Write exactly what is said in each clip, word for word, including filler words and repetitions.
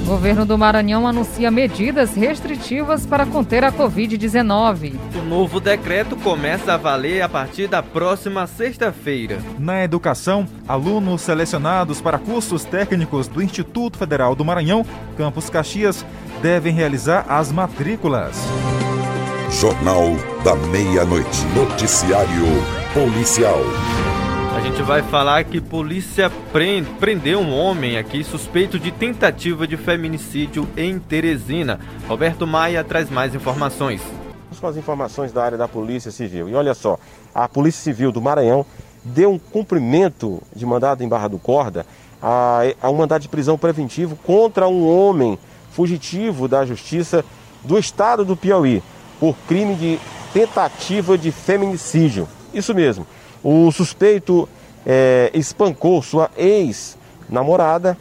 Governo do Maranhão anuncia medidas restritivas para conter a covid dezenove. O novo decreto começa a valer a partir da próxima sexta-feira. Na educação, alunos selecionados para cursos técnicos do Instituto Federal do Maranhão, Campus Caxias, devem realizar as matrículas. Jornal da Meia-Noite. Noticiário Policial. A gente vai falar que polícia prendeu um homem aqui suspeito de tentativa de feminicídio em Teresina. Roberto Maia traz mais informações. Com as informações da área da Polícia Civil. E olha só, a Polícia Civil do Maranhão deu um cumprimento de mandado em Barra do Corda a, a um mandado de prisão preventivo contra um homem fugitivo da Justiça do Estado do Piauí por crime de tentativa de feminicídio. Isso mesmo. O suspeito é, espancou sua ex-namorada,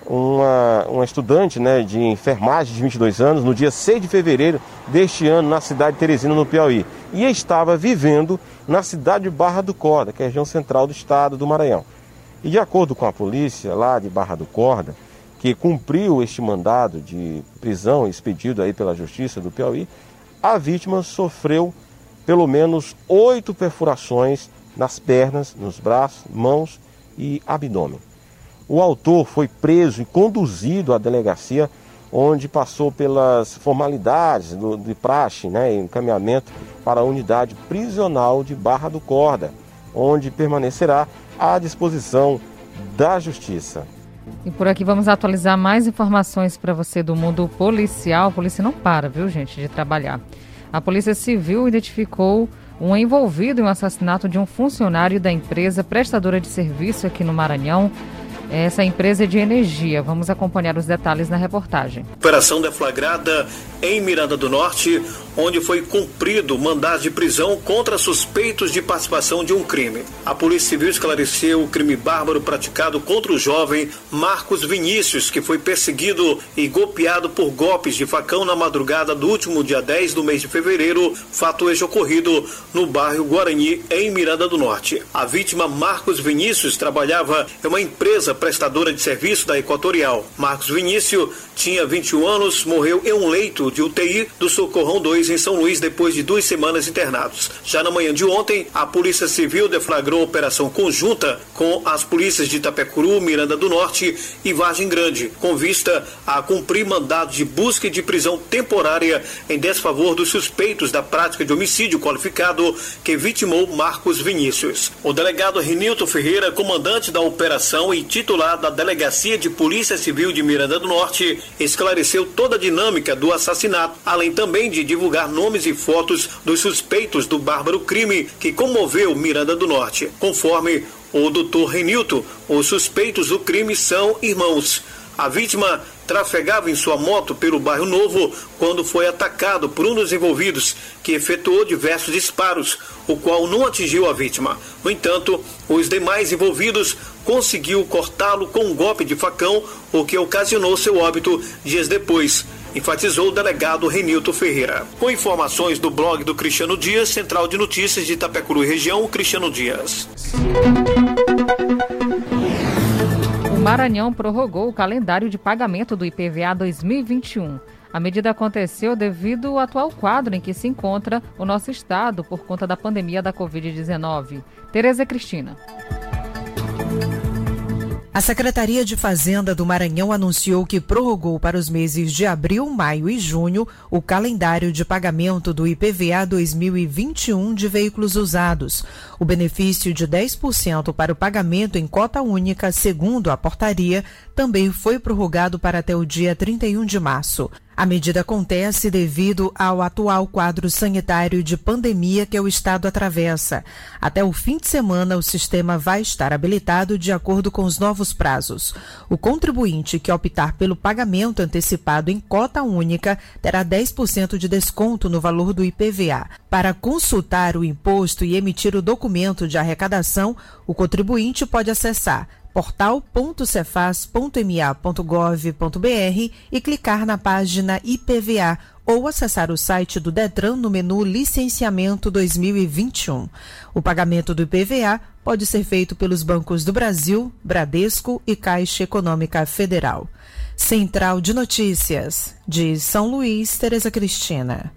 uma, uma estudante, né, de enfermagem de vinte e dois anos, no dia seis de fevereiro deste ano, na cidade de Teresina, no Piauí. E estava vivendo na cidade de Barra do Corda, que é a região central do estado do Maranhão. E de acordo com a polícia lá de Barra do Corda, que cumpriu este mandado de prisão expedido aí pela Justiça do Piauí, a vítima sofreu pelo menos oito perfurações nas pernas, nos braços, mãos e abdômen. O autor foi preso e conduzido à delegacia, onde passou pelas formalidades do, de praxe, né, e encaminhamento para a unidade prisional de Barra do Corda, onde permanecerá à disposição da Justiça. E por aqui vamos atualizar mais informações para você do mundo policial. A polícia não para, viu, gente, de trabalhar. A Polícia Civil identificou um envolvido em um assassinato de um funcionário da empresa prestadora de serviço aqui no Maranhão. Essa empresa é de energia. Vamos acompanhar os detalhes na reportagem. Operação deflagrada em Miranda do Norte, onde foi cumprido mandado de prisão contra suspeitos de participação de um crime. A Polícia Civil esclareceu o crime bárbaro praticado contra o jovem Marcos Vinícius, que foi perseguido e golpeado por golpes de facão na madrugada do último dia dez do mês de fevereiro, fato este ocorrido no bairro Guarani, em Miranda do Norte. A vítima, Marcos Vinícius, trabalhava em uma empresa prestadora de serviço da Equatorial. Marcos Vinícius tinha vinte e um anos, morreu em um leito de U T I do Socorrão dois em São Luís depois de duas semanas internados. Já na manhã de ontem, a Polícia Civil deflagrou operação conjunta com as polícias de Itapecuru, Miranda do Norte e Vargem Grande, com vista a cumprir mandados de busca e de prisão temporária em desfavor dos suspeitos da prática de homicídio qualificado que vitimou Marcos Vinícius. O delegado Renilton Ferreira, comandante da operação e titular da Delegacia de Polícia Civil de Miranda do Norte, esclareceu toda a dinâmica do assassinato, além também de divulgar nomes e fotos dos suspeitos do bárbaro crime que comoveu Miranda do Norte. Conforme o doutor Renilton, os suspeitos do crime são irmãos. A vítima trafegava em sua moto pelo bairro Novo quando foi atacado por um dos envolvidos, que efetuou diversos disparos, o qual não atingiu a vítima. No entanto, os demais envolvidos conseguiu cortá-lo com um golpe de facão, o que ocasionou seu óbito dias depois, enfatizou o delegado Renilton Ferreira. Com informações do blog do Cristiano Dias, Central de Notícias de Itapecuru e Região, Cristiano Dias. O Maranhão prorrogou o calendário de pagamento do I P V A dois mil e vinte e um. A medida aconteceu devido ao atual quadro em que se encontra o nosso estado por conta da pandemia da covid dezenove. Tereza Cristina. A Secretaria de Fazenda do Maranhão anunciou que prorrogou para os meses de abril, maio e junho o calendário de pagamento do I P V A dois mil e vinte e um de veículos usados. O benefício de dez por cento para o pagamento em cota única, segundo a portaria, também foi prorrogado para até o dia trinta e um de março. A medida acontece devido ao atual quadro sanitário de pandemia que o Estado atravessa. Até o fim de semana, o sistema vai estar habilitado de acordo com os novos prazos. O contribuinte que optar pelo pagamento antecipado em cota única terá dez por cento de desconto no valor do I P V A. Para consultar o imposto e emitir o documento de arrecadação, o contribuinte pode acessar portal ponto cefaz ponto m a ponto gov ponto b r e clicar na página I P V A ou acessar o site do Detran no menu Licenciamento dois mil e vinte e um. O pagamento do I P V A pode ser feito pelos bancos do Brasil, Bradesco e Caixa Econômica Federal. Central de Notícias, de São Luís, Tereza Cristina.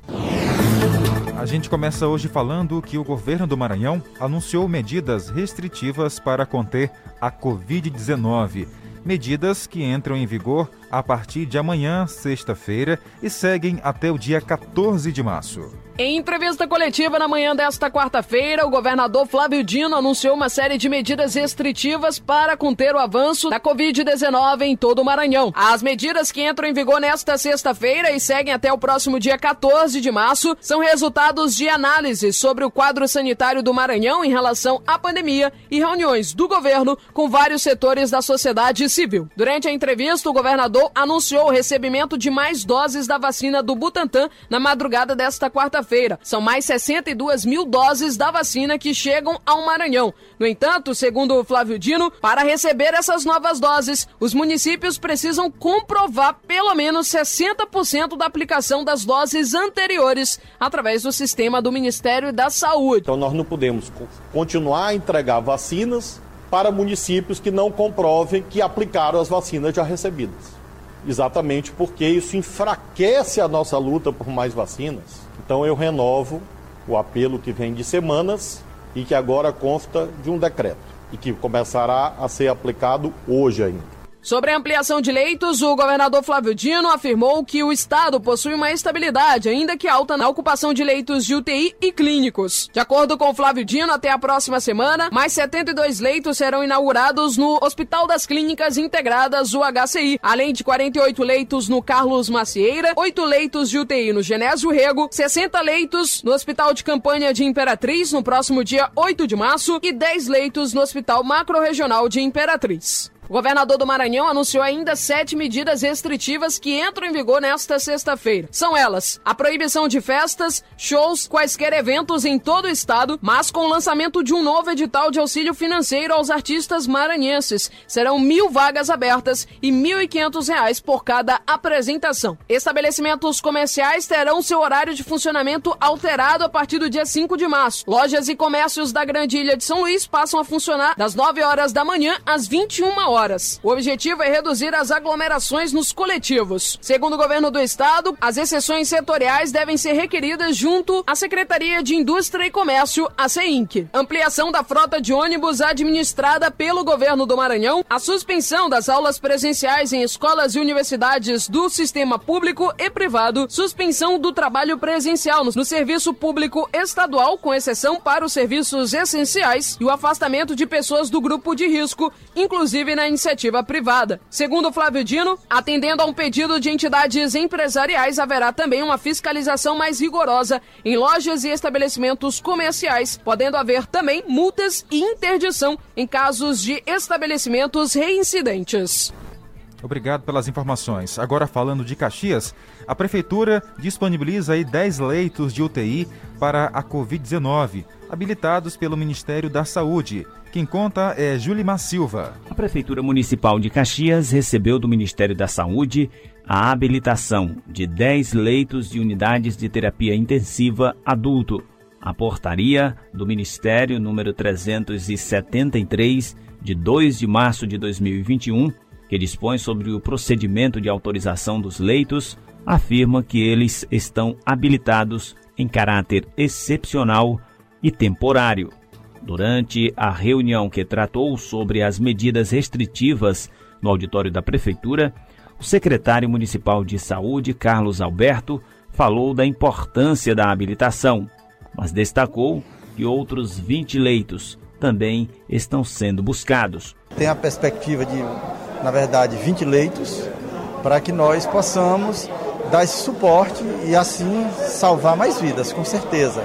A gente começa hoje falando que o governo do Maranhão anunciou medidas restritivas para conter a covid dezenove. Medidas que entram em vigor a partir de amanhã, sexta-feira, e seguem até o dia quatorze de março. Em entrevista coletiva na manhã desta quarta-feira, o governador Flávio Dino anunciou uma série de medidas restritivas para conter o avanço da covid dezenove em todo o Maranhão. As medidas que entram em vigor nesta sexta-feira e seguem até o próximo dia quatorze de março são resultados de análise sobre o quadro sanitário do Maranhão em relação à pandemia e reuniões do governo com vários setores da sociedade civil. Durante a entrevista, o governador anunciou o recebimento de mais doses da vacina do Butantan na madrugada desta quarta-feira. São mais sessenta e duas mil doses da vacina que chegam ao Maranhão. No entanto, segundo o Flávio Dino, para receber essas novas doses, os municípios precisam comprovar pelo menos sessenta por cento da aplicação das doses anteriores através do sistema do Ministério da Saúde. Então nós não podemos continuar a entregar vacinas para municípios que não comprovem que aplicaram as vacinas já recebidas. Exatamente porque isso enfraquece a nossa luta por mais vacinas. Então eu renovo o apelo que vem de semanas e que agora consta de um decreto e que começará a ser aplicado hoje ainda. Sobre a ampliação de leitos, o governador Flávio Dino afirmou que o estado possui uma estabilidade, ainda que alta, na ocupação de leitos de U T I e clínicos. De acordo com Flávio Dino, até a próxima semana, mais setenta e dois leitos serão inaugurados no Hospital das Clínicas Integradas, o H C I, além de quarenta e oito leitos no Carlos Macieira, oito leitos de U T I no Genésio Rego, sessenta leitos no Hospital de Campanha de Imperatriz, no próximo dia oito de março, e dez leitos no Hospital Macro-Regional de Imperatriz. O governador do Maranhão anunciou ainda sete medidas restritivas que entram em vigor nesta sexta-feira. São elas: a proibição de festas, shows, quaisquer eventos em todo o estado, mas com o lançamento de um novo edital de auxílio financeiro aos artistas maranhenses. Serão mil vagas abertas e mil e quinhentos reais por cada apresentação. Estabelecimentos comerciais terão seu horário de funcionamento alterado a partir do dia cinco de março. Lojas e comércios da Grande Ilha de São Luís passam a funcionar das nove horas da manhã às vinte e uma horas. O objetivo é reduzir as aglomerações nos coletivos. Segundo o governo do estado, as exceções setoriais devem ser requeridas junto à Secretaria de Indústria e Comércio, a CEINC. Ampliação da frota de ônibus administrada pelo governo do Maranhão, a suspensão das aulas presenciais em escolas e universidades do sistema público e privado, suspensão do trabalho presencial no serviço público estadual, com exceção para os serviços essenciais, e o afastamento de pessoas do grupo de risco, inclusive na iniciativa privada. Segundo Flávio Dino, atendendo a um pedido de entidades empresariais, haverá também uma fiscalização mais rigorosa em lojas e estabelecimentos comerciais, podendo haver também multas e interdição em casos de estabelecimentos reincidentes. Obrigado pelas informações. Agora, falando de Caxias, a Prefeitura disponibiliza aí dez leitos de U T I para a covid dezenove, habilitados pelo Ministério da Saúde. Quem conta é Julimar Silva. A Prefeitura Municipal de Caxias recebeu do Ministério da Saúde a habilitação de dez leitos de unidades de terapia intensiva adulto. A portaria do Ministério número trezentos e setenta e três, de dois de março de dois mil e vinte e um, que dispõe sobre o procedimento de autorização dos leitos, afirma que eles estão habilitados em caráter excepcional e temporário. Durante a reunião que tratou sobre as medidas restritivas no auditório da Prefeitura, o secretário municipal de Saúde, Carlos Alberto, falou da importância da habilitação, mas destacou que outros vinte leitos também estão sendo buscados. Tem a perspectiva de, na verdade, vinte leitos, para que nós possamos dar esse suporte e assim salvar mais vidas, com certeza.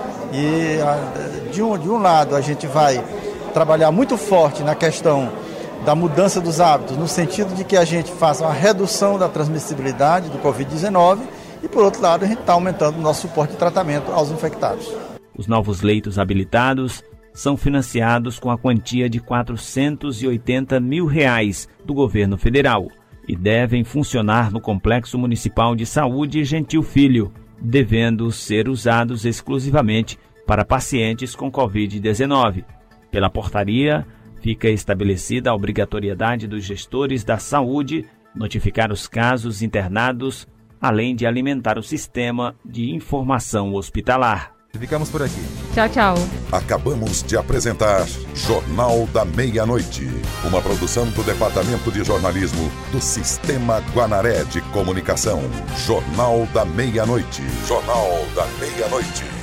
E de um, de um lado a gente vai trabalhar muito forte na questão da mudança dos hábitos, no sentido de que a gente faça uma redução da transmissibilidade do covid dezenove e, por outro lado, a gente está aumentando o nosso suporte de tratamento aos infectados. Os novos leitos habilitados são financiados com a quantia de quatrocentos e oitenta mil reais do governo federal e devem funcionar no Complexo Municipal de Saúde Gentil Filho, devendo ser usados exclusivamente para pacientes com covid dezenove. Pela portaria, fica estabelecida a obrigatoriedade dos gestores da saúde notificar os casos internados, além de alimentar o sistema de informação hospitalar. Ficamos por aqui. Tchau, tchau. Acabamos de apresentar Jornal da Meia-Noite, uma produção do Departamento de Jornalismo do Sistema Guanaré de Comunicação. Jornal da Meia-Noite. Jornal da Meia-Noite.